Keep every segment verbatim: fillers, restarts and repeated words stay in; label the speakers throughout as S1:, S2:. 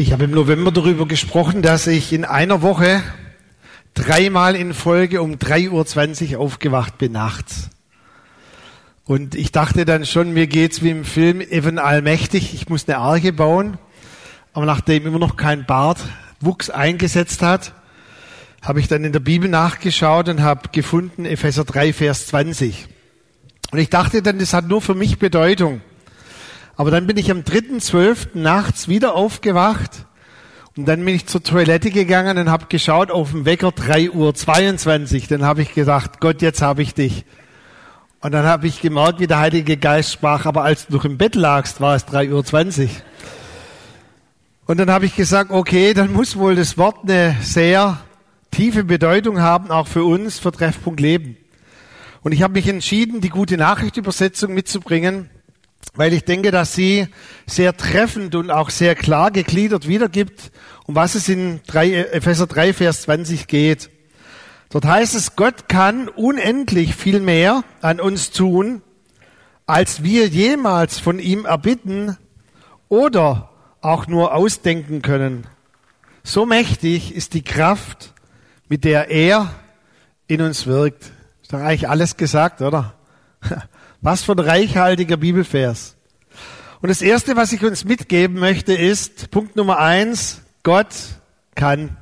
S1: Ich habe im November darüber gesprochen, dass ich in einer Woche dreimal in Folge um drei Uhr zwanzig aufgewacht bin nachts. Und ich dachte dann schon, mir geht's wie im Film Evan Allmächtig, ich muss eine Arche bauen. Aber nachdem immer noch kein Bartwuchs eingesetzt hat, habe ich dann in der Bibel nachgeschaut und habe gefunden Epheser drei, Vers zwanzig. Und ich dachte dann, das hat nur für mich Bedeutung. Aber dann bin ich am dritten zwölften nachts wieder aufgewacht und dann bin ich zur Toilette gegangen und habe geschaut auf den Wecker drei Uhr zweiundzwanzig. Dann habe ich gedacht, Gott, jetzt habe ich dich. Und dann habe ich gemerkt, wie der Heilige Geist sprach, aber als du noch im Bett lagst, war es drei Uhr zwanzig. Und dann habe ich gesagt, okay, dann muss wohl das Wort eine sehr tiefe Bedeutung haben, auch für uns, für Treffpunkt Leben. Und ich habe mich entschieden, die gute Nachricht-Übersetzung mitzubringen, weil ich denke, dass sie sehr treffend und auch sehr klar gegliedert wiedergibt, um was es in Epheser drei, Vers zwanzig geht. Dort heißt es, Gott kann unendlich viel mehr an uns tun, als wir jemals von ihm erbitten oder auch nur ausdenken können. So mächtig ist die Kraft, mit der er in uns wirkt. Ist doch eigentlich alles gesagt, oder? Was für ein reichhaltiger Bibelvers. Und das Erste, was ich uns mitgeben möchte, ist Punkt Nummer eins, Gott kann.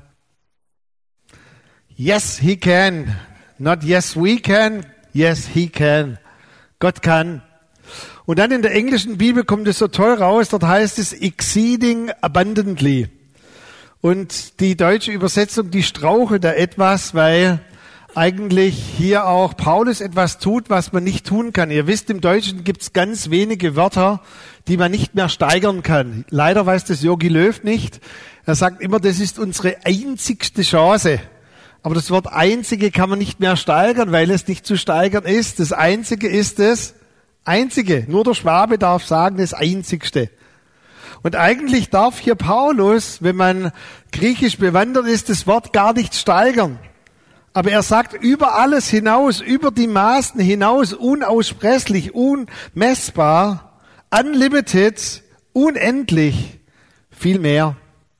S1: Yes, he can. Not yes, we can. Yes, he can. Gott kann. Und dann in der englischen Bibel kommt es so toll raus, dort heißt es exceeding abundantly. Und die deutsche Übersetzung, die strauchelt da etwas, weil eigentlich hier auch Paulus etwas tut, was man nicht tun kann. Ihr wisst, im Deutschen gibt es ganz wenige Wörter, die man nicht mehr steigern kann. Leider weiß das Jogi Löw nicht. Er sagt immer, das ist unsere einzigste Chance. Aber das Wort einzige kann man nicht mehr steigern, weil es nicht zu steigern ist. Das Einzige ist das Einzige. Nur der Schwabe darf sagen, das Einzigste. Und eigentlich darf hier Paulus, wenn man griechisch bewandert ist, das Wort gar nicht steigern. Aber er sagt über alles hinaus, über die Maßen hinaus, unaussprechlich, unmessbar, unlimited, unendlich, viel mehr.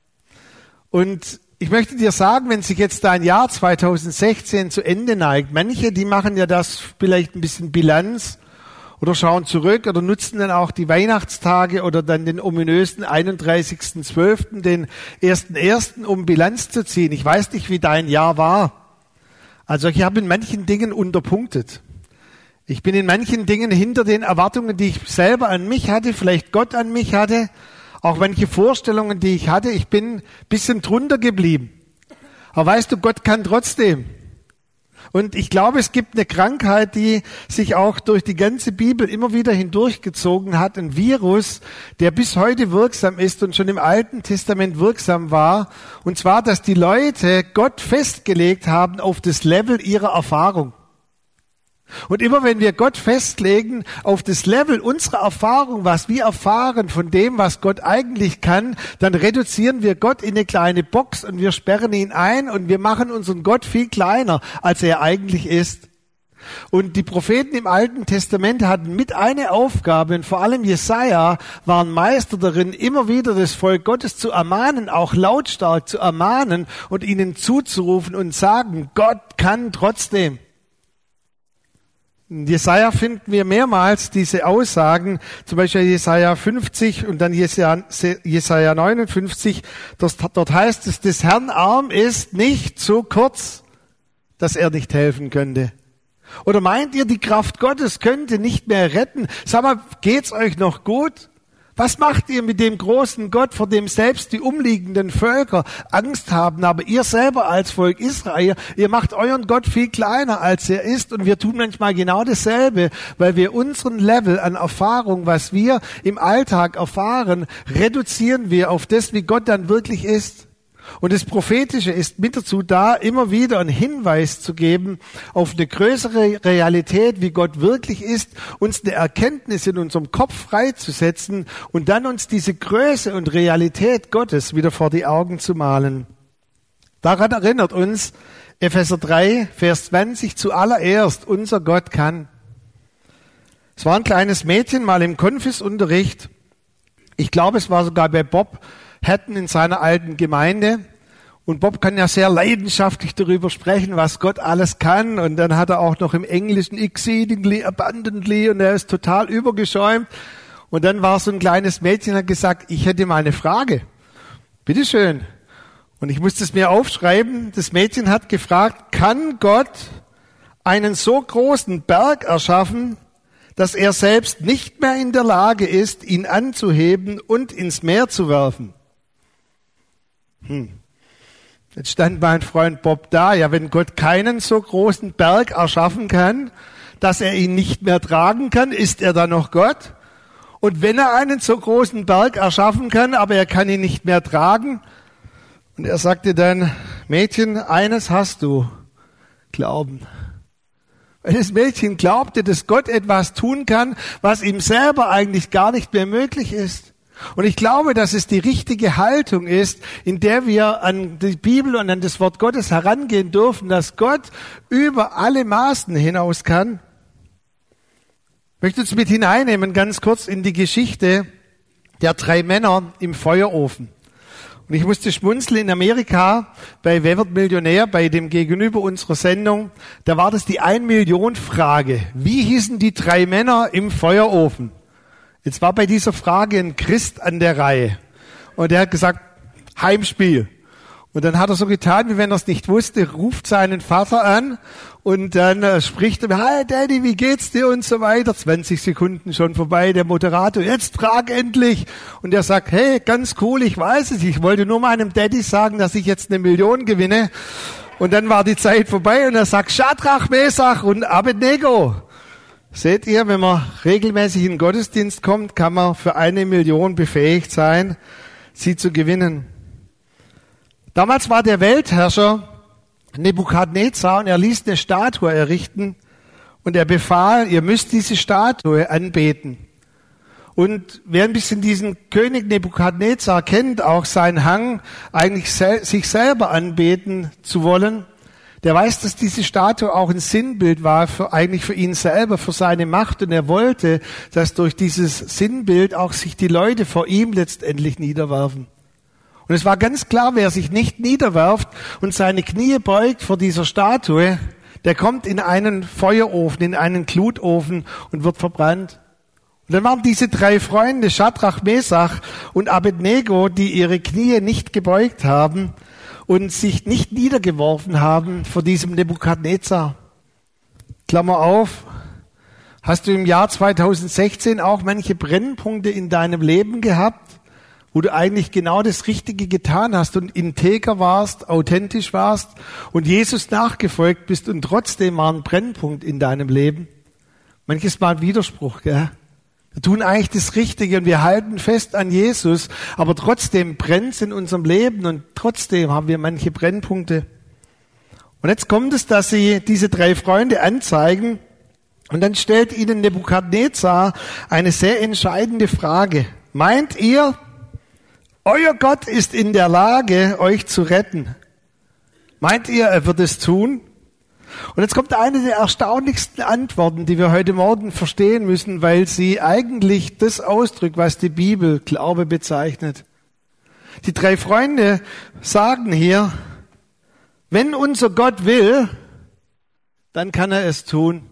S1: Und ich möchte dir sagen, wenn sich jetzt dein Jahr zwanzig sechzehn zu Ende neigt, manche, die machen ja das vielleicht ein bisschen Bilanz oder schauen zurück oder nutzen dann auch die Weihnachtstage oder dann den ominösen einunddreißigsten zwölften, den ersten ersten, um Bilanz zu ziehen. Ich weiß nicht, wie dein Jahr war. Also ich habe in manchen Dingen unterpunktet. Ich bin in manchen Dingen hinter den Erwartungen, die ich selber an mich hatte, vielleicht Gott an mich hatte, auch manche Vorstellungen, die ich hatte. Ich bin ein bisschen drunter geblieben. Aber weißt du, Gott kann trotzdem. Und ich glaube, es gibt eine Krankheit, die sich auch durch die ganze Bibel immer wieder hindurchgezogen hat. Ein Virus, der bis heute wirksam ist und schon im Alten Testament wirksam war. Und zwar, dass die Leute Gott festgelegt haben auf das Level ihrer Erfahrung. Und immer wenn wir Gott festlegen auf das Level unserer Erfahrung, was wir erfahren von dem, was Gott eigentlich kann, dann reduzieren wir Gott in eine kleine Box und wir sperren ihn ein und wir machen unseren Gott viel kleiner, als er eigentlich ist. Und die Propheten im Alten Testament hatten mit eine Aufgabe, und vor allem Jesaja waren Meister darin, immer wieder das Volk Gottes zu ermahnen, auch lautstark zu ermahnen und ihnen zuzurufen und sagen, Gott kann trotzdem. In Jesaja finden wir mehrmals diese Aussagen, zum Beispiel Jesaja fünfzig und dann Jesaja neunundfünfzig. Dort heißt es, des Herrn Arm ist nicht so kurz, dass er nicht helfen könnte. Oder meint ihr, die Kraft Gottes könnte nicht mehr retten? Sag mal, geht's euch noch gut? Was macht ihr mit dem großen Gott, vor dem selbst die umliegenden Völker Angst haben? Aber ihr selber als Volk Israel, ihr macht euren Gott viel kleiner, als er ist. Und wir tun manchmal genau dasselbe, weil wir unseren Level an Erfahrung, was wir im Alltag erfahren, reduzieren wir auf das, wie Gott dann wirklich ist. Und das Prophetische ist mit dazu da, immer wieder einen Hinweis zu geben auf eine größere Realität, wie Gott wirklich ist, uns eine Erkenntnis in unserem Kopf freizusetzen und dann uns diese Größe und Realität Gottes wieder vor die Augen zu malen. Daran erinnert uns Epheser drei, Vers zwanzig zuallererst, unser Gott kann. Es war ein kleines Mädchen mal im Konfisunterricht. Ich glaube, es war sogar bei Bob hätten in seiner alten Gemeinde. Und Bob kann ja sehr leidenschaftlich darüber sprechen, was Gott alles kann. Und dann hat er auch noch im Englischen exceedingly abundantly und er ist total übergeschäumt. Und dann war so ein kleines Mädchen, hat gesagt, ich hätte mal eine Frage. Bitteschön. Und ich musste es mir aufschreiben. Das Mädchen hat gefragt, kann Gott einen so großen Berg erschaffen, dass er selbst nicht mehr in der Lage ist, ihn anzuheben und ins Meer zu werfen? Hm. Jetzt stand mein Freund Bob da. Ja, wenn Gott keinen so großen Berg erschaffen kann, dass er ihn nicht mehr tragen kann, ist er dann noch Gott? Und wenn er einen so großen Berg erschaffen kann, aber er kann ihn nicht mehr tragen, und er sagte dann, Mädchen, eines hast du, Glauben. Weil das Mädchen glaubte, dass Gott etwas tun kann, was ihm selber eigentlich gar nicht mehr möglich ist. Und ich glaube, dass es die richtige Haltung ist, in der wir an die Bibel und an das Wort Gottes herangehen dürfen, dass Gott über alle Maßen hinaus kann. Ich möchte uns mit hineinnehmen, ganz kurz in die Geschichte der drei Männer im Feuerofen. Und ich musste schmunzeln in Amerika bei Wer wird Millionär, bei dem Gegenüber unserer Sendung, da war das die Ein-Million-Frage. Wie hießen die drei Männer im Feuerofen? Jetzt war bei dieser Frage ein Christ an der Reihe. Und der hat gesagt, Heimspiel. Und dann hat er so getan, wie wenn er es nicht wusste, ruft seinen Vater an und dann äh, spricht er, hi Daddy, wie geht's dir und so weiter. zwanzig Sekunden schon vorbei, der Moderator, jetzt frag endlich. Und er sagt, hey, ganz cool, ich weiß es, ich wollte nur meinem Daddy sagen, dass ich jetzt eine Million gewinne. Und dann war die Zeit vorbei und er sagt, Schadrach, Mesach und Abednego. Seht ihr, wenn man regelmäßig in den Gottesdienst kommt, kann man für eine Million befähigt sein, sie zu gewinnen. Damals war der Weltherrscher Nebukadnezar und er ließ eine Statue errichten und er befahl, ihr müsst diese Statue anbeten. Und wer ein bisschen diesen König Nebukadnezar kennt, auch seinen Hang, eigentlich sel- sich selber anbeten zu wollen, der weiß, dass diese Statue auch ein Sinnbild war, für, eigentlich für ihn selber, für seine Macht. Und er wollte, dass durch dieses Sinnbild auch sich die Leute vor ihm letztendlich niederwerfen. Und es war ganz klar, wer sich nicht niederwerft und seine Knie beugt vor dieser Statue, der kommt in einen Feuerofen, in einen Glutofen und wird verbrannt. Und dann waren diese drei Freunde, Schadrach, Mesach und Abednego, die ihre Knie nicht gebeugt haben und sich nicht niedergeworfen haben vor diesem Nebukadnezar. Klammer auf, hast du im Jahr zweitausendsechzehn auch manche Brennpunkte in deinem Leben gehabt, wo du eigentlich genau das Richtige getan hast und integer warst, authentisch warst und Jesus nachgefolgt bist und trotzdem war ein Brennpunkt in deinem Leben? Manches Mal ein Widerspruch, gell? Wir tun eigentlich das Richtige und wir halten fest an Jesus, aber trotzdem brennt es in unserem Leben und trotzdem haben wir manche Brennpunkte. Und jetzt kommt es, dass sie diese drei Freunde anzeigen und dann stellt ihnen Nebukadnezar eine sehr entscheidende Frage. Meint ihr, euer Gott ist in der Lage, euch zu retten? Meint ihr, er wird es tun? Und jetzt kommt eine der erstaunlichsten Antworten, die wir heute Morgen verstehen müssen, weil sie eigentlich das ausdrückt, was die Bibel Glaube bezeichnet. Die drei Freunde sagen hier, wenn unser Gott will, dann kann er es tun.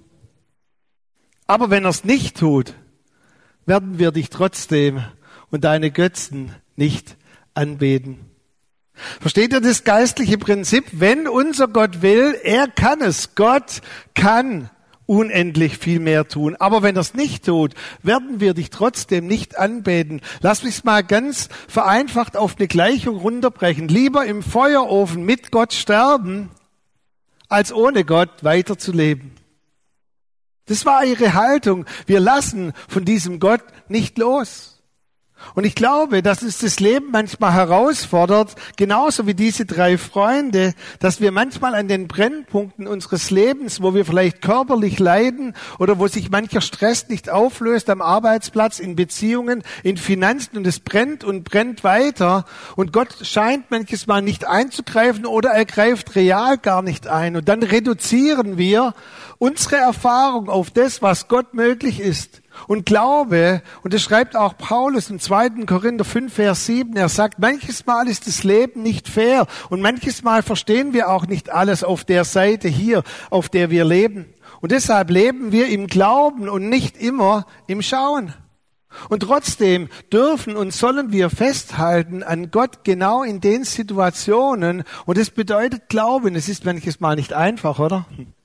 S1: Aber wenn er es nicht tut, werden wir dich trotzdem und deine Götzen nicht anbeten. Versteht ihr das geistliche Prinzip? Wenn unser Gott will, er kann es. Gott kann unendlich viel mehr tun. Aber wenn er es nicht tut, werden wir dich trotzdem nicht anbeten. Lass mich mal ganz vereinfacht auf eine Gleichung runterbrechen. Lieber im Feuerofen mit Gott sterben, als ohne Gott weiterzuleben. Das war ihre Haltung. Wir lassen von diesem Gott nicht los. Und ich glaube, dass uns das Leben manchmal herausfordert, genauso wie diese drei Freunde, dass wir manchmal an den Brennpunkten unseres Lebens, wo wir vielleicht körperlich leiden oder wo sich mancher Stress nicht auflöst am Arbeitsplatz, in Beziehungen, in Finanzen und es brennt und brennt weiter und Gott scheint manches Mal nicht einzugreifen oder er greift real gar nicht ein. Und dann reduzieren wir unsere Erfahrung auf das, was Gott möglich ist. Und Glaube, und das schreibt auch Paulus im zweiten Korinther fünf, Vers sieben, er sagt, manches Mal ist das Leben nicht fair und manches Mal verstehen wir auch nicht alles auf der Seite hier, auf der wir leben. Und deshalb leben wir im Glauben und nicht immer im Schauen. Und trotzdem dürfen und sollen wir festhalten an Gott genau in den Situationen. Und das bedeutet Glauben. Es ist manches Mal nicht einfach, oder?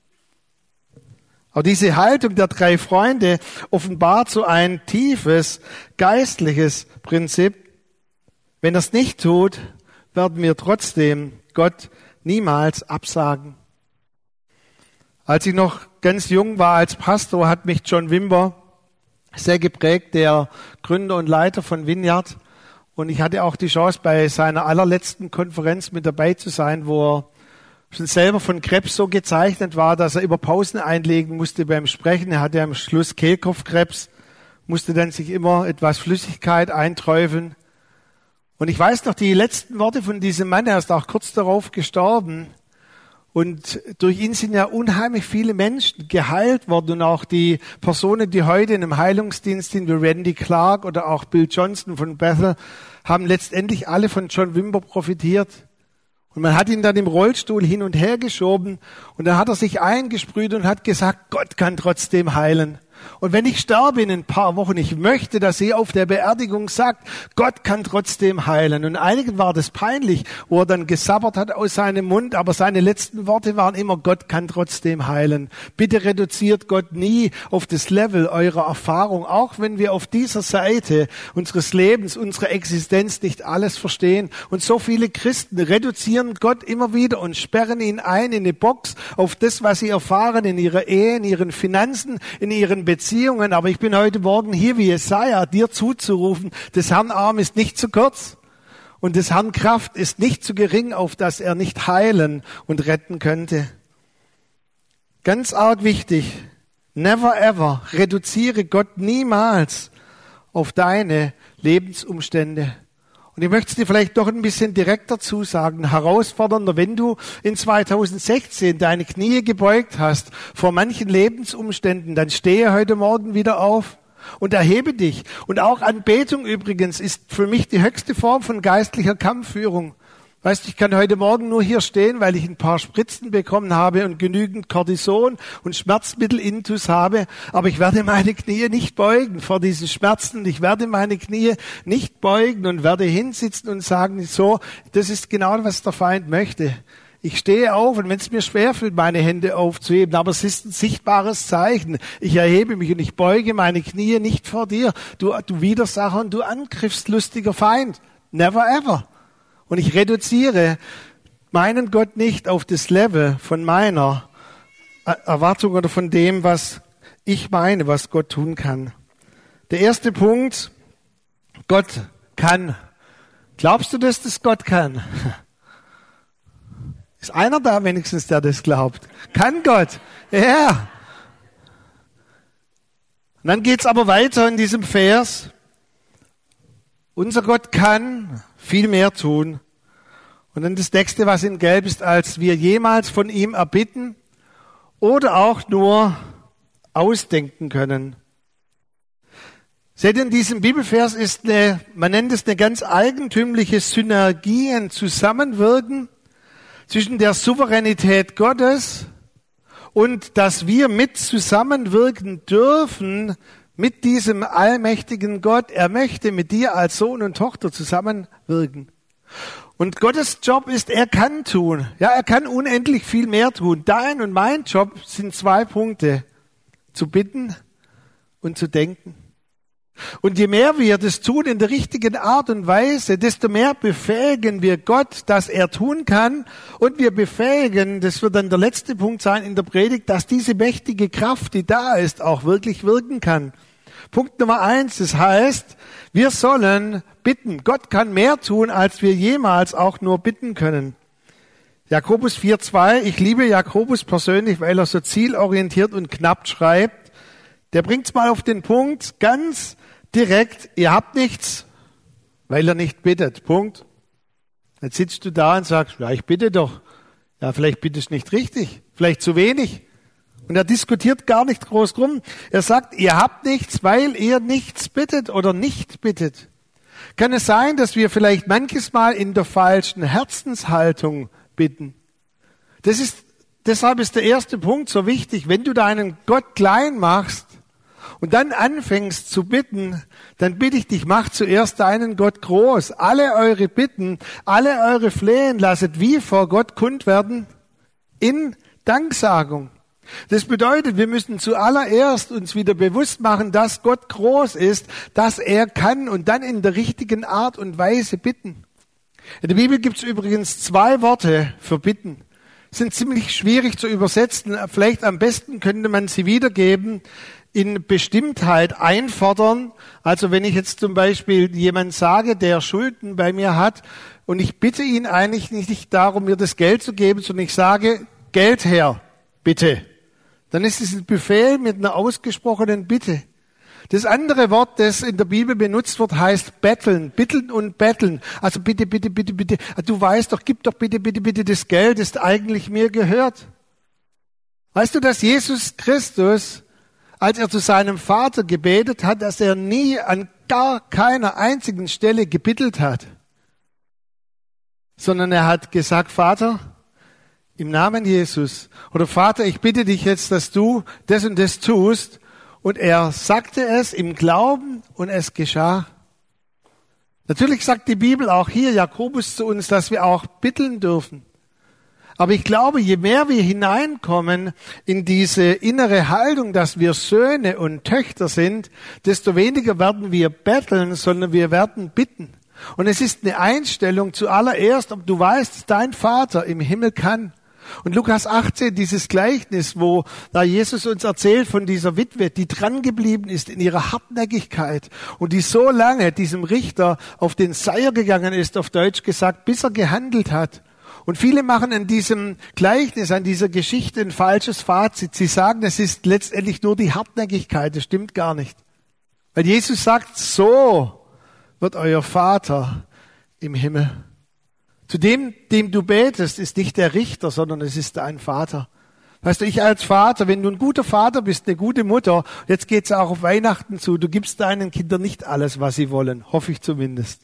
S1: Aber diese Haltung der drei Freunde offenbart so ein tiefes geistliches Prinzip. Wenn er es nicht tut, werden wir trotzdem Gott niemals absagen. Als ich noch ganz jung war als Pastor, hat mich John Wimber sehr geprägt, der Gründer und Leiter von Vineyard. Und ich hatte auch die Chance, bei seiner allerletzten Konferenz mit dabei zu sein, wo er schon selber von Krebs so gezeichnet war, dass er über Pausen einlegen musste beim Sprechen. Er hatte am Schluss Kehlkopfkrebs, musste dann sich immer etwas Flüssigkeit einträufeln. Und ich weiß noch die letzten Worte von diesem Mann, er ist auch kurz darauf gestorben. Und durch ihn sind ja unheimlich viele Menschen geheilt worden und auch die Personen, die heute in einem Heilungsdienst sind, wie Randy Clark oder auch Bill Johnson von Bethel, haben letztendlich alle von John Wimber profitiert. Und man hat ihn dann im Rollstuhl hin und her geschoben und dann hat er sich eingesprüht und hat gesagt, Gott kann trotzdem heilen. Und wenn ich sterbe in ein paar Wochen, ich möchte, dass sie auf der Beerdigung sagt, Gott kann trotzdem heilen. Und einigen war das peinlich, wo er dann gesabbert hat aus seinem Mund, aber seine letzten Worte waren immer, Gott kann trotzdem heilen. Bitte reduziert Gott nie auf das Level eurer Erfahrung, auch wenn wir auf dieser Seite unseres Lebens, unserer Existenz nicht alles verstehen. Und so viele Christen reduzieren Gott immer wieder und sperren ihn ein in eine Box auf das, was sie erfahren in ihrer Ehe, in ihren Finanzen, in ihren Beziehungen, aber ich bin heute Morgen hier wie Jesaja, dir zuzurufen, des Herrn Arm ist nicht zu kurz und des Herrn Kraft ist nicht zu gering, auf dass er nicht heilen und retten könnte. Ganz arg wichtig, never ever, reduziere Gott niemals auf deine Lebensumstände. Und ich möchte es dir vielleicht doch ein bisschen direkt dazu sagen, herausfordernder, wenn du in zweitausendsechzehn deine Knie gebeugt hast vor manchen Lebensumständen, dann stehe heute Morgen wieder auf und erhebe dich. Und auch Anbetung übrigens ist für mich die höchste Form von geistlicher Kampfführung. Weißt du, ich kann heute Morgen nur hier stehen, weil ich ein paar Spritzen bekommen habe und genügend Cortison und Schmerzmittel-Intus habe. Aber ich werde meine Knie nicht beugen vor diesen Schmerzen. Ich werde meine Knie nicht beugen und werde hinsitzen und sagen, so, das ist genau, was der Feind möchte. Ich stehe auf und wenn es mir schwerfällt, meine Hände aufzuheben, aber es ist ein sichtbares Zeichen. Ich erhebe mich und ich beuge meine Knie nicht vor dir. Du, du Widersacher und du angriffslustiger Feind. Never ever. Und ich reduziere meinen Gott nicht auf das Level von meiner Erwartung oder von dem, was ich meine, was Gott tun kann. Der erste Punkt, Gott kann. Glaubst du, dass das Gott kann? Ist einer da wenigstens, der das glaubt? Kann Gott? Ja. Und dann geht's aber weiter in diesem Vers. Unser Gott kann viel mehr tun. Und dann das nächste, was in Gelb ist, als wir jemals von ihm erbitten oder auch nur ausdenken können. Seht ihr, in diesem Bibelvers ist eine, man nennt es eine ganz eigentümliche Synergie, ein Zusammenwirken zwischen der Souveränität Gottes und dass wir mit zusammenwirken dürfen mit diesem allmächtigen Gott. Er möchte mit dir als Sohn und Tochter zusammenwirken. Und Gottes Job ist, er kann tun. Ja, er kann unendlich viel mehr tun. Dein und mein Job sind zwei Punkte. Zu bitten und zu denken. Und je mehr wir das tun in der richtigen Art und Weise, desto mehr befähigen wir Gott, dass er tun kann. Und wir befähigen, das wird dann der letzte Punkt sein in der Predigt, dass diese mächtige Kraft, die da ist, auch wirklich wirken kann. Punkt Nummer eins, das heißt, wir sollen bitten. Gott kann mehr tun, als wir jemals auch nur bitten können. Jakobus vier zwei, ich liebe Jakobus persönlich, weil er so zielorientiert und knapp schreibt. Der bringt's mal auf den Punkt, ganz direkt, ihr habt nichts, weil ihr nicht bittet. Punkt. Jetzt sitzt du da und sagst, ja, ich bitte doch. Ja, vielleicht bittest du nicht richtig, vielleicht zu wenig. Und er diskutiert gar nicht groß rum. Er sagt, ihr habt nichts, weil ihr nichts bittet oder nicht bittet. Kann es sein, dass wir vielleicht manches Mal in der falschen Herzenshaltung bitten? Das ist, deshalb ist der erste Punkt so wichtig. Wenn du deinen Gott klein machst und dann anfängst zu bitten, dann bitte ich dich, mach zuerst deinen Gott groß. Alle eure Bitten, alle eure Flehen lasset wie vor Gott kund werden in Danksagung. Das bedeutet, wir müssen zuallererst uns wieder bewusst machen, dass Gott groß ist, dass er kann und dann in der richtigen Art und Weise bitten. In der Bibel gibt es übrigens zwei Worte für bitten. Sind ziemlich schwierig zu übersetzen. Vielleicht am besten könnte man sie wiedergeben in Bestimmtheit einfordern. Also wenn ich jetzt zum Beispiel jemand sage, der Schulden bei mir hat und ich bitte ihn eigentlich nicht darum, mir das Geld zu geben, sondern ich sage, Geld her, bitte. Dann ist es ein Befehl mit einer ausgesprochenen Bitte. Das andere Wort, das in der Bibel benutzt wird, heißt betteln, bitteln und betteln. Also bitte, bitte, bitte, bitte. Du weißt doch, gib doch bitte, bitte, bitte das Geld, das eigentlich mir gehört. Weißt du, dass Jesus Christus, als er zu seinem Vater gebetet hat, dass er nie an gar keiner einzigen Stelle gebittelt hat, sondern er hat gesagt, Vater, im Namen Jesus, oder Vater, ich bitte dich jetzt, dass du das und das tust. Und er sagte es im Glauben und es geschah. Natürlich sagt die Bibel auch hier, Jakobus, zu uns, dass wir auch bitteln dürfen. Aber ich glaube, je mehr wir hineinkommen in diese innere Haltung, dass wir Söhne und Töchter sind, desto weniger werden wir betteln, sondern wir werden bitten. Und es ist eine Einstellung zuallererst, ob du weißt, dass dein Vater im Himmel kann. Und Lukas achtzehn, dieses Gleichnis, wo da Jesus uns erzählt von dieser Witwe, die dran geblieben ist in ihrer Hartnäckigkeit und die so lange diesem Richter auf den Seier gegangen ist, auf Deutsch gesagt, bis er gehandelt hat. Und viele machen an diesem Gleichnis, an dieser Geschichte ein falsches Fazit. Sie sagen, es ist letztendlich nur die Hartnäckigkeit. Das stimmt gar nicht. Weil Jesus sagt, so wird euer Vater im Himmel. Zu dem, dem du betest, ist nicht der Richter, sondern es ist dein Vater. Weißt du, ich als Vater, wenn du ein guter Vater bist, eine gute Mutter, jetzt geht's auch auf Weihnachten zu, du gibst deinen Kindern nicht alles, was sie wollen, hoffe ich zumindest.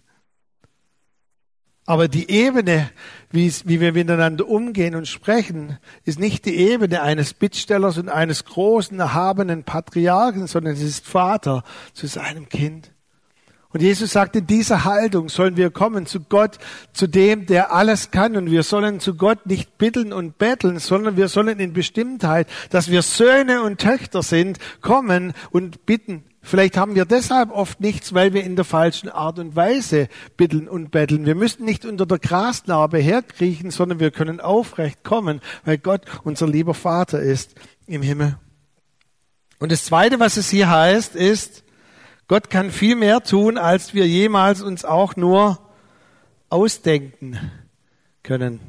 S1: Aber die Ebene, wie, wie wir miteinander umgehen und sprechen, ist nicht die Ebene eines Bittstellers und eines großen, erhabenen Patriarchen, sondern es ist Vater zu seinem Kind. Und Jesus sagt, in dieser Haltung sollen wir kommen zu Gott, zu dem, der alles kann. Und wir sollen zu Gott nicht bitteln und betteln, sondern wir sollen in Bestimmtheit, dass wir Söhne und Töchter sind, kommen und bitten. Vielleicht haben wir deshalb oft nichts, weil wir in der falschen Art und Weise bitteln und betteln. Wir müssen nicht unter der Grasnarbe herkriechen, sondern wir können aufrecht kommen, weil Gott unser lieber Vater ist im Himmel. Und das Zweite, was es hier heißt, ist, Gott kann viel mehr tun, als wir jemals uns auch nur ausdenken können.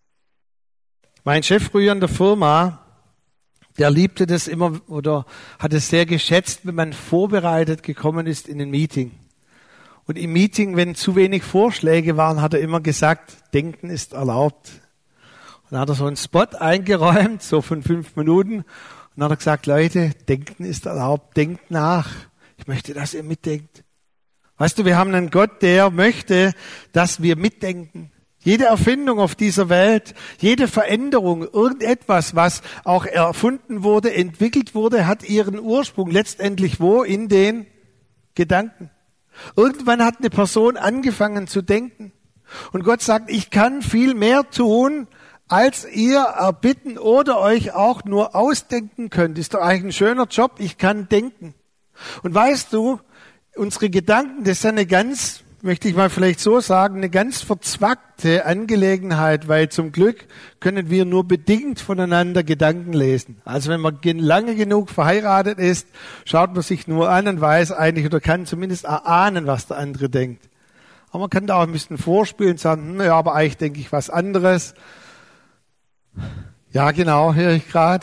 S1: Mein Chef früher in der Firma, der liebte das immer oder hat es sehr geschätzt, wenn man vorbereitet gekommen ist in ein Meeting. Und im Meeting, wenn zu wenig Vorschläge waren, hat er immer gesagt, denken ist erlaubt. Und dann hat er so einen Spot eingeräumt, so von fünf Minuten. Und dann hat er gesagt, Leute, denken ist erlaubt, denkt nach. Ich möchte, dass ihr mitdenkt. Weißt du, wir haben einen Gott, der möchte, dass wir mitdenken. Jede Erfindung auf dieser Welt, jede Veränderung, irgendetwas, was auch erfunden wurde, entwickelt wurde, hat ihren Ursprung letztendlich wo? In den Gedanken. Irgendwann hat eine Person angefangen zu denken. Und Gott sagt, ich kann viel mehr tun, als ihr erbitten oder euch auch nur ausdenken könnt. Ist doch eigentlich ein schöner Job, ich kann denken. Und weißt du, unsere Gedanken, das ist eine ganz, möchte ich mal vielleicht so sagen, eine ganz verzwackte Angelegenheit, weil zum Glück können wir nur bedingt voneinander Gedanken lesen. Also wenn man lange genug verheiratet ist, schaut man sich nur an und weiß eigentlich oder kann zumindest erahnen, was der andere denkt. Aber man kann da auch ein bisschen vorspielen und sagen, hm, ja, aber eigentlich denke ich was anderes. Ja, genau, höre ich gerade.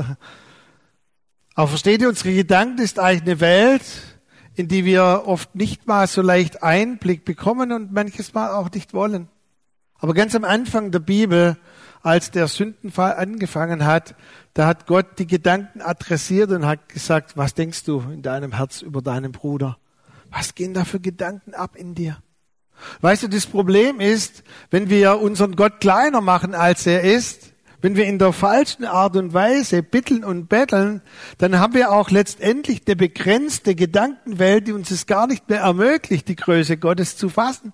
S1: Aber versteht ihr, unsere Gedanken ist eigentlich eine Welt, in die wir oft nicht mal so leicht Einblick bekommen und manches Mal auch nicht wollen. Aber ganz am Anfang der Bibel als der Sündenfall angefangen hat, da hat Gott die Gedanken adressiert und hat gesagt, was denkst du in deinem Herz über deinen Bruder? Was gehen da für Gedanken ab in dir? Weißt du, das Problem ist, wenn wir unseren Gott kleiner machen, als er ist, wenn wir in der falschen Art und Weise bitteln und betteln, dann haben wir auch letztendlich eine begrenzte Gedankenwelt, die uns es gar nicht mehr ermöglicht, die Größe Gottes zu fassen.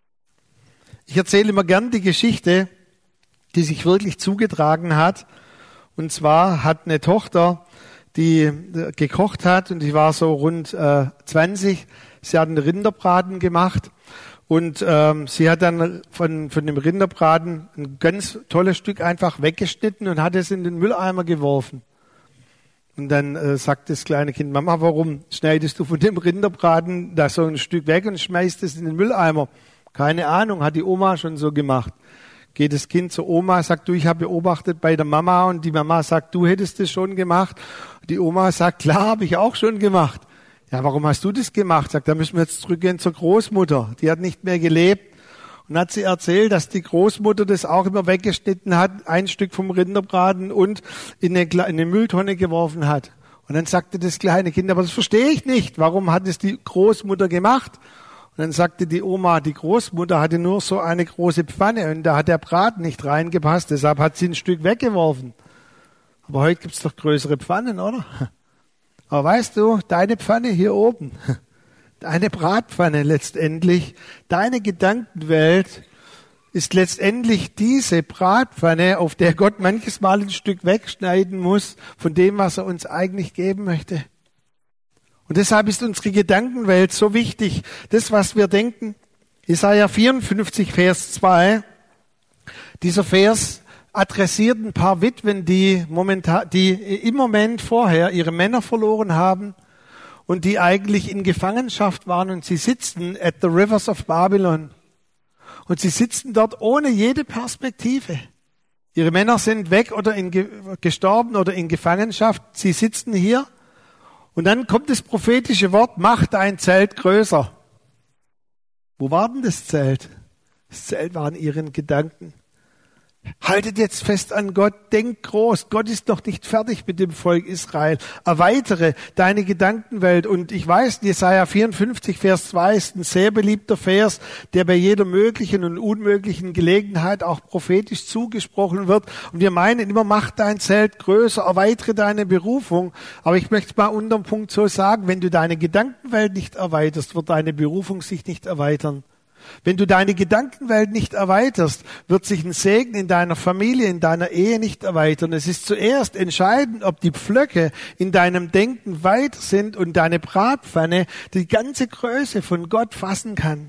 S1: Ich erzähle immer gern die Geschichte, die sich wirklich zugetragen hat. Und zwar hat eine Tochter, die gekocht hat, und die war so rund äh, zwanzig, sie hat einen Rinderbraten gemacht. Und ähm, sie hat dann von, von dem Rinderbraten ein ganz tolles Stück einfach weggeschnitten und hat es in den Mülleimer geworfen. Und dann äh, sagt das kleine Kind, Mama, warum schneidest du von dem Rinderbraten da so ein Stück weg und schmeißt es in den Mülleimer? Keine Ahnung, hat die Oma schon so gemacht. Geht das Kind zur Oma, sagt, du, ich habe beobachtet bei der Mama, und die Mama sagt, du hättest es schon gemacht. Die Oma sagt, klar, habe ich auch schon gemacht. Ja, warum hast du das gemacht? Sagt, da müssen wir jetzt zurückgehen zur Großmutter. Die hat nicht mehr gelebt. Und hat sie erzählt, dass die Großmutter das auch immer weggeschnitten hat, ein Stück vom Rinderbraten und in eine, in eine Mülltonne geworfen hat. Und dann sagte das kleine Kind, aber das verstehe ich nicht. Warum hat es die Großmutter gemacht? Und dann sagte die Oma, die Großmutter hatte nur so eine große Pfanne und da hat der Braten nicht reingepasst. Deshalb hat sie ein Stück weggeworfen. Aber heute gibt's doch größere Pfannen, oder? Aber weißt du, deine Pfanne hier oben, deine Bratpfanne letztendlich, deine Gedankenwelt ist letztendlich diese Bratpfanne, auf der Gott manches Mal ein Stück wegschneiden muss von dem, was er uns eigentlich geben möchte. Und deshalb ist unsere Gedankenwelt so wichtig. Das, was wir denken, Jesaja vierundfünfzig, Vers zwei, dieser Vers adressiert ein paar Witwen, die momentan, die im Moment vorher ihre Männer verloren haben und die eigentlich in Gefangenschaft waren, und sie sitzen at the rivers of Babylon. Und sie sitzen dort ohne jede Perspektive. Ihre Männer sind weg oder in, gestorben oder in Gefangenschaft. Sie sitzen hier. Und dann kommt das prophetische Wort, mach dein Zelt größer. Wo war denn das Zelt? Das Zelt war in ihren Gedanken. Haltet jetzt fest an Gott, denk groß. Gott ist noch nicht fertig mit dem Volk Israel. Erweitere deine Gedankenwelt. Und ich weiß, Jesaja vierundfünfzig, Vers zwei ist ein sehr beliebter Vers, der bei jeder möglichen und unmöglichen Gelegenheit auch prophetisch zugesprochen wird. Und wir meinen immer, mach dein Zelt größer, erweitere deine Berufung. Aber ich möchte mal unter dem Punkt so sagen, wenn du deine Gedankenwelt nicht erweiterst, wird deine Berufung sich nicht erweitern. Wenn du deine Gedankenwelt nicht erweiterst, wird sich ein Segen in deiner Familie, in deiner Ehe nicht erweitern. Es ist zuerst entscheidend, ob die Pflöcke in deinem Denken weit sind und deine Bratpfanne die ganze Größe von Gott fassen kann.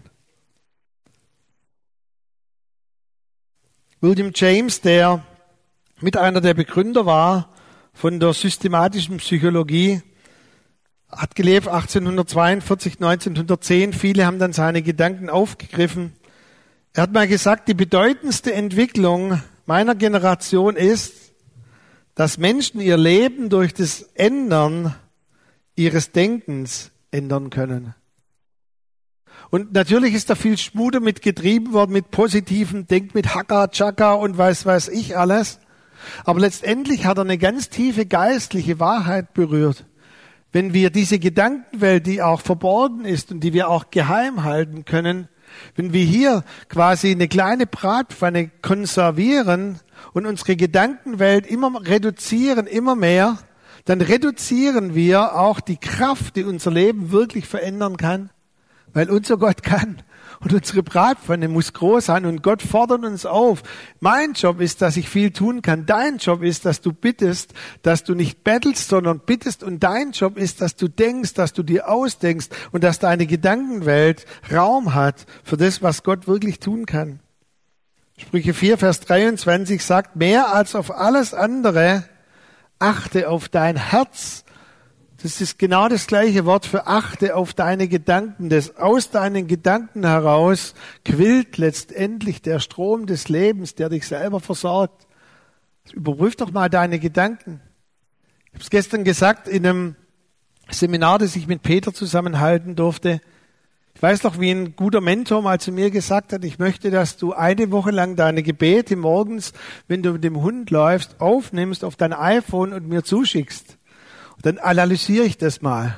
S1: William James, der mit einer der Begründer war von der systematischen Psychologie, hat gelebt achtzehnhundertzweiundvierzig, neunzehnhundertzehn. Viele haben dann seine Gedanken aufgegriffen. Er hat mal gesagt, die bedeutendste Entwicklung meiner Generation ist, dass Menschen ihr Leben durch das Ändern ihres Denkens ändern können. Und natürlich ist da viel Schmuh damit getrieben worden, mit positiven Denk, mit Hakka, Chaka und weiß weiß ich alles. Aber letztendlich hat er eine ganz tiefe geistliche Wahrheit berührt. Wenn wir diese Gedankenwelt, die auch verborgen ist und die wir auch geheim halten können, wenn wir hier quasi eine kleine Bratpfanne konservieren und unsere Gedankenwelt immer reduzieren, immer mehr, dann reduzieren wir auch die Kraft, die unser Leben wirklich verändern kann, weil unser Gott kann. Und unsere Bratpfanne muss groß sein und Gott fordert uns auf. Mein Job ist, dass ich viel tun kann. Dein Job ist, dass du bittest, dass du nicht bettelst, sondern bittest. Und dein Job ist, dass du denkst, dass du dir ausdenkst und dass deine Gedankenwelt Raum hat für das, was Gott wirklich tun kann. Sprüche vier, Vers dreiundzwanzig sagt, mehr als auf alles andere achte auf dein Herz. Das ist genau das gleiche Wort für achte auf deine Gedanken. Das aus deinen Gedanken heraus quillt letztendlich der Strom des Lebens, der dich selber versorgt. Überprüf doch mal deine Gedanken. Ich habe es gestern gesagt in einem Seminar, das ich mit Peter zusammenhalten durfte. Ich weiß noch, wie ein guter Mentor mal zu mir gesagt hat, ich möchte, dass du eine Woche lang deine Gebete morgens, wenn du mit dem Hund läufst, aufnimmst auf dein iPhone und mir zuschickst. Und dann analysiere ich das mal.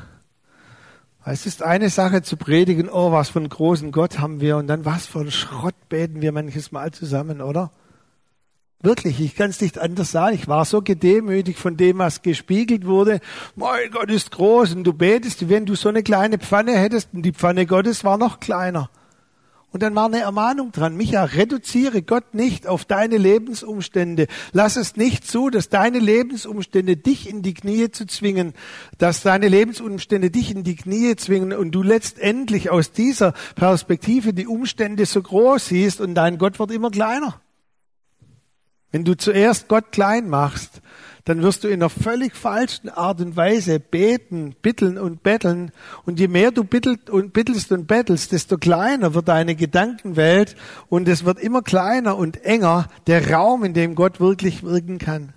S1: Es ist eine Sache zu predigen, oh, was für einen großen Gott haben wir und dann was für einen Schrott beten wir manches Mal zusammen, oder? Wirklich, ich kann es nicht anders sagen. Ich war so gedemütigt von dem, was gespiegelt wurde. Mein Gott ist groß und du betest, wie wenn du so eine kleine Pfanne hättest und die Pfanne Gottes war noch kleiner. Und dann war eine Ermahnung dran. Micha, reduziere Gott nicht auf deine Lebensumstände. Lass es nicht zu, dass deine Lebensumstände dich in die Knie zu zwingen, dass deine Lebensumstände dich in die Knie zwingen und du letztendlich aus dieser Perspektive die Umstände so groß siehst und dein Gott wird immer kleiner. Wenn du zuerst Gott klein machst, dann wirst du in einer völlig falschen Art und Weise beten, bitteln und betteln. Und je mehr du bittelt und bittelst und bettelst, desto kleiner wird deine Gedankenwelt und es wird immer kleiner und enger der Raum, in dem Gott wirklich wirken kann.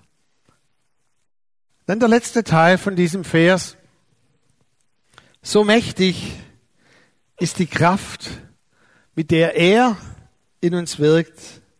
S1: Dann der letzte Teil von diesem Vers. So mächtig ist die Kraft, mit der er in uns wirkt.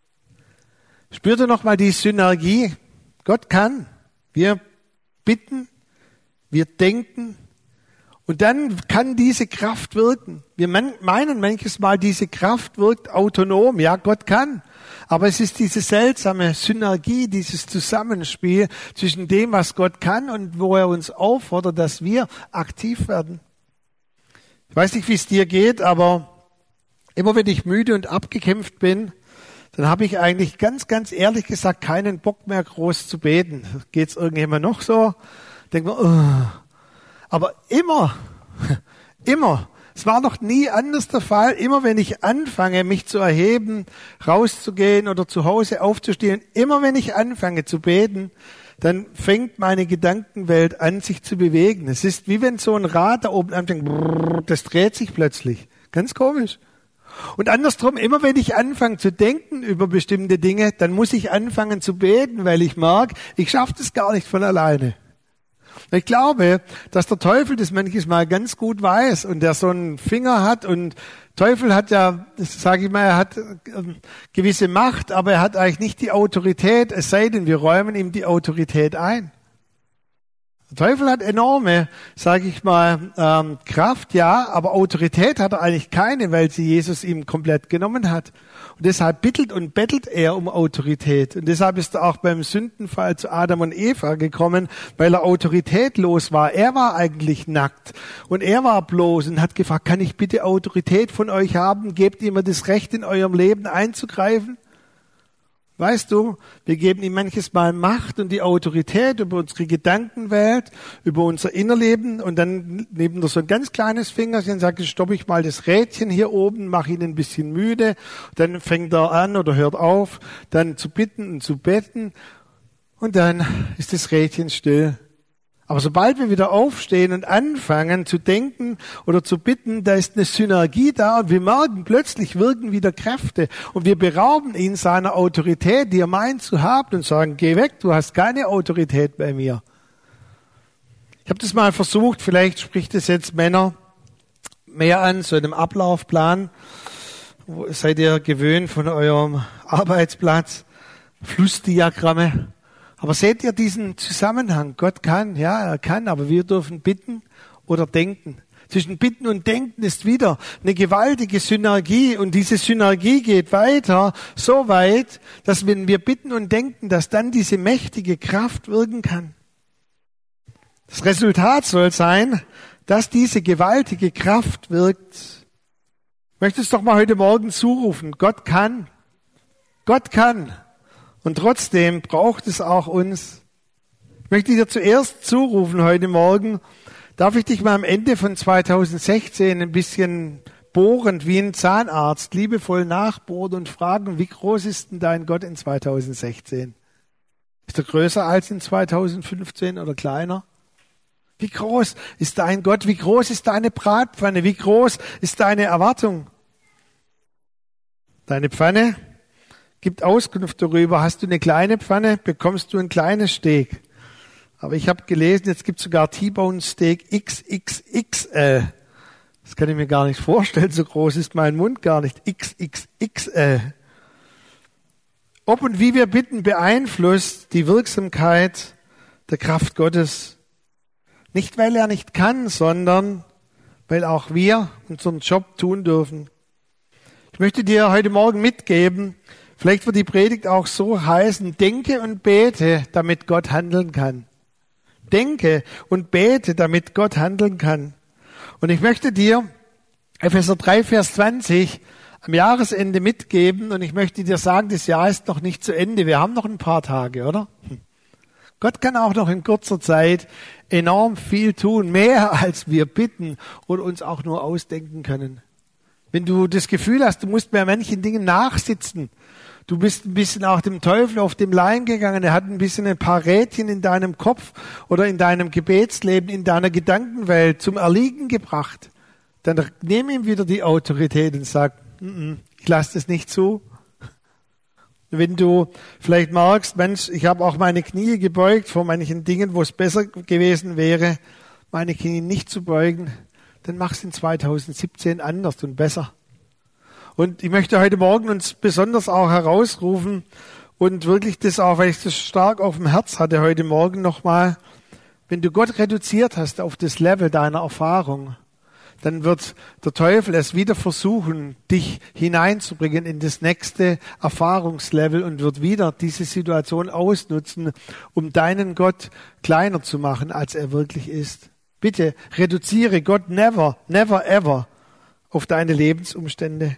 S1: Spürt ihr nochmal die Synergie? Gott kann. Wir bitten, wir denken und dann kann diese Kraft wirken. Wir meinen manches Mal, diese Kraft wirkt autonom. Ja, Gott kann. Aber es ist diese seltsame Synergie, dieses Zusammenspiel zwischen dem, was Gott kann und wo er uns auffordert, dass wir aktiv werden. Ich weiß nicht, wie es dir geht, aber immer wenn ich müde und abgekämpft bin, dann habe ich eigentlich ganz, ganz ehrlich gesagt keinen Bock mehr, groß zu beten. Geht's irgendjemand noch so? Denkt man, oh. Aber immer, immer, es war noch nie anders der Fall, immer wenn ich anfange, mich zu erheben, rauszugehen oder zu Hause aufzustehen, immer wenn ich anfange zu beten, dann fängt meine Gedankenwelt an, sich zu bewegen. Es ist wie wenn so ein Rad da oben anfängt, das dreht sich plötzlich. Ganz komisch. Und andersrum, immer wenn ich anfange zu denken über bestimmte Dinge, dann muss ich anfangen zu beten, weil ich merke, ich schaffe das gar nicht von alleine. Ich glaube, dass der Teufel das manches Mal ganz gut weiß und der so einen Finger hat und Teufel hat ja, sage ich mal, er hat ähm, gewisse Macht, aber er hat eigentlich nicht die Autorität, es sei denn, wir räumen ihm die Autorität ein. Der Teufel hat enorme, sage ich mal, ähm, Kraft, ja, aber Autorität hat er eigentlich keine, weil sie Jesus ihm komplett genommen hat. Und deshalb bittelt und bettelt er um Autorität. Und deshalb ist er auch beim Sündenfall zu Adam und Eva gekommen, weil er autoritätlos war. Er war eigentlich nackt und er war bloß und hat gefragt, kann ich bitte Autorität von euch haben? Gebt ihr mir das Recht, in eurem Leben einzugreifen? Weißt du, wir geben ihm manches Mal Macht und die Autorität über unsere Gedankenwelt, über unser Innerleben und dann neben so ein ganz kleines Fingerchen sagt, ich stoppe ich mal das Rädchen hier oben, mache ihn ein bisschen müde, dann fängt er an oder hört auf, dann zu bitten und zu betten und dann ist das Rädchen still. Aber sobald wir wieder aufstehen und anfangen zu denken oder zu bitten, da ist eine Synergie da und wir merken, plötzlich wirken wieder Kräfte und wir berauben ihn seiner Autorität, die er meint zu haben und sagen, geh weg, du hast keine Autorität bei mir. Ich habe das mal versucht, vielleicht spricht es jetzt Männer mehr an, so in einem Ablaufplan. Seid ihr gewöhnt von eurem Arbeitsplatz? Flussdiagramme. Aber seht ihr diesen Zusammenhang? Gott kann, ja, er kann, aber wir dürfen bitten oder denken. Zwischen Bitten und Denken ist wieder eine gewaltige Synergie und diese Synergie geht weiter, so weit, dass wenn wir bitten und denken, dass dann diese mächtige Kraft wirken kann. Das Resultat soll sein, dass diese gewaltige Kraft wirkt. Ich möchte es doch mal heute Morgen zurufen. Gott kann. Gott kann. Und trotzdem braucht es auch uns. Ich möchte dir zuerst zurufen heute Morgen, darf ich dich mal am Ende von zweitausendsechzehn ein bisschen bohrend wie ein Zahnarzt liebevoll nachbohren und fragen, wie groß ist denn dein Gott in zweitausendsechzehn? Ist er größer als in zweitausendfünfzehn oder kleiner? Wie groß ist dein Gott? Wie groß ist deine Bratpfanne? Wie groß ist deine Erwartung? Deine Pfanne gibt Auskunft darüber. Hast du eine kleine Pfanne, bekommst du ein kleines Steak. Aber ich habe gelesen, jetzt gibt es sogar T-Bone Steak X X X L. Das kann ich mir gar nicht vorstellen, so groß ist mein Mund gar nicht. X X X L. Ob und wie wir bitten, beeinflusst die Wirksamkeit der Kraft Gottes. Nicht, weil er nicht kann, sondern weil auch wir unseren Job tun dürfen. Ich möchte dir heute Morgen mitgeben, vielleicht wird die Predigt auch so heißen, denke und bete, damit Gott handeln kann. Denke und bete, damit Gott handeln kann. Und ich möchte dir Epheser drei, Vers zwanzig am Jahresende mitgeben und ich möchte dir sagen, das Jahr ist noch nicht zu Ende. Wir haben noch ein paar Tage, oder? Gott kann auch noch in kurzer Zeit enorm viel tun, mehr als wir bitten oder uns auch nur ausdenken können. Wenn du das Gefühl hast, du musst bei manchen Dingen nachsitzen, du bist ein bisschen auch dem Teufel auf dem Leim gegangen, er hat ein bisschen ein paar Rädchen in deinem Kopf oder in deinem Gebetsleben, in deiner Gedankenwelt zum Erliegen gebracht, dann nimm ihm wieder die Autorität und sag, mm-mm, ich lasse das nicht zu. Wenn du vielleicht merkst, Mensch, ich habe auch meine Knie gebeugt vor manchen Dingen, wo es besser gewesen wäre, meine Knie nicht zu beugen, dann mach es in zwanzig siebzehn anders und besser. Und ich möchte heute Morgen uns besonders auch herausrufen und wirklich das auch, weil ich das stark auf dem Herz hatte heute Morgen nochmal, wenn du Gott reduziert hast auf das Level deiner Erfahrung, dann wird der Teufel es wieder versuchen, dich hineinzubringen in das nächste Erfahrungslevel und wird wieder diese Situation ausnutzen, um deinen Gott kleiner zu machen, als er wirklich ist. Bitte reduziere Gott never, never, ever auf deine Lebensumstände.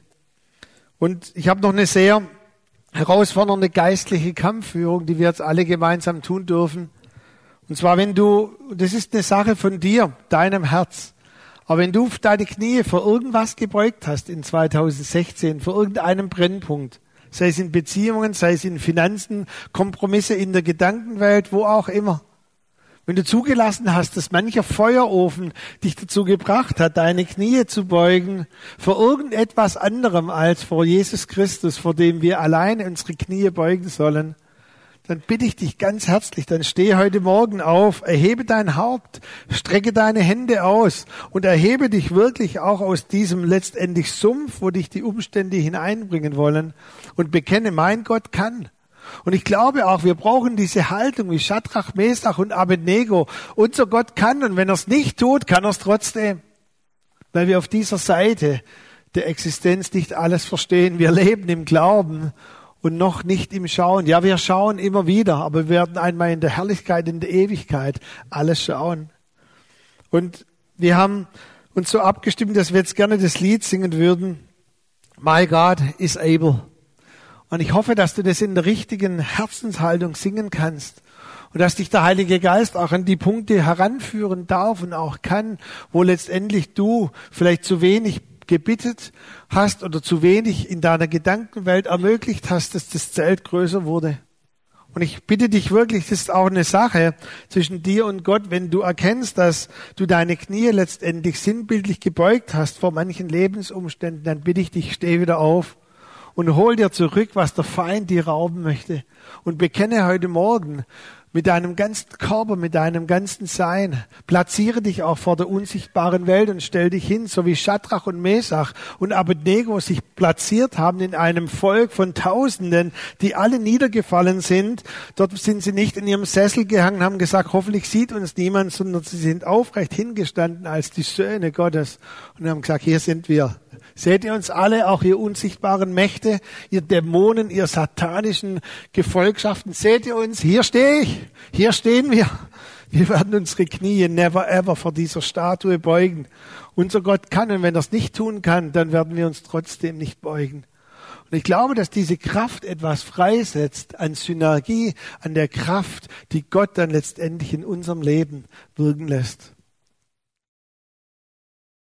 S1: Und ich habe noch eine sehr herausfordernde geistliche Kampfführung, die wir jetzt alle gemeinsam tun dürfen. Und zwar, wenn du, das ist eine Sache von dir, deinem Herz, aber wenn du deine Knie vor irgendwas gebeugt hast in zwanzig sechzehn, vor irgendeinem Brennpunkt, sei es in Beziehungen, sei es in Finanzen, Kompromisse in der Gedankenwelt, wo auch immer, wenn du zugelassen hast, dass mancher Feuerofen dich dazu gebracht hat, deine Knie zu beugen vor irgendetwas anderem als vor Jesus Christus, vor dem wir alleine unsere Knie beugen sollen, dann bitte ich dich ganz herzlich, dann steh heute Morgen auf, erhebe dein Haupt, strecke deine Hände aus und erhebe dich wirklich auch aus diesem letztendlich Sumpf, wo dich die Umstände hineinbringen wollen und bekenne, mein Gott kann. Und ich glaube auch, wir brauchen diese Haltung wie Schadrach, Mesach und Abednego. Unser Gott kann und wenn er es nicht tut, kann er es trotzdem. Weil wir auf dieser Seite der Existenz nicht alles verstehen. Wir leben im Glauben und noch nicht im Schauen. Ja, wir schauen immer wieder, aber wir werden einmal in der Herrlichkeit, in der Ewigkeit alles schauen. Und wir haben uns so abgestimmt, dass wir jetzt gerne das Lied singen würden. My God is able. Und ich hoffe, dass du das in der richtigen Herzenshaltung singen kannst und dass dich der Heilige Geist auch an die Punkte heranführen darf und auch kann, wo letztendlich du vielleicht zu wenig gebittet hast oder zu wenig in deiner Gedankenwelt ermöglicht hast, dass das Zelt größer wurde. Und ich bitte dich wirklich, das ist auch eine Sache zwischen dir und Gott, wenn du erkennst, dass du deine Knie letztendlich sinnbildlich gebeugt hast vor manchen Lebensumständen, dann bitte ich dich, steh wieder auf. Und hol dir zurück, was der Feind dir rauben möchte. Und bekenne heute Morgen mit deinem ganzen Körper, mit deinem ganzen Sein. Platziere dich auch vor der unsichtbaren Welt und stell dich hin, so wie Schadrach und Mesach und Abednego sich platziert haben in einem Volk von Tausenden, die alle niedergefallen sind. Dort sind sie nicht in ihrem Sessel gehangen, haben gesagt, hoffentlich sieht uns niemand, sondern sie sind aufrecht hingestanden als die Söhne Gottes und haben gesagt, hier sind wir. Seht ihr uns alle, auch ihr unsichtbaren Mächte, ihr Dämonen, ihr satanischen Gefolgschaften, seht ihr uns? Hier stehe ich, hier stehen wir. Wir werden unsere Knie never ever vor dieser Statue beugen. Unser Gott kann und wenn er es nicht tun kann, dann werden wir uns trotzdem nicht beugen. Und ich glaube, dass diese Kraft etwas freisetzt an Synergie, an der Kraft, die Gott dann letztendlich in unserem Leben wirken lässt.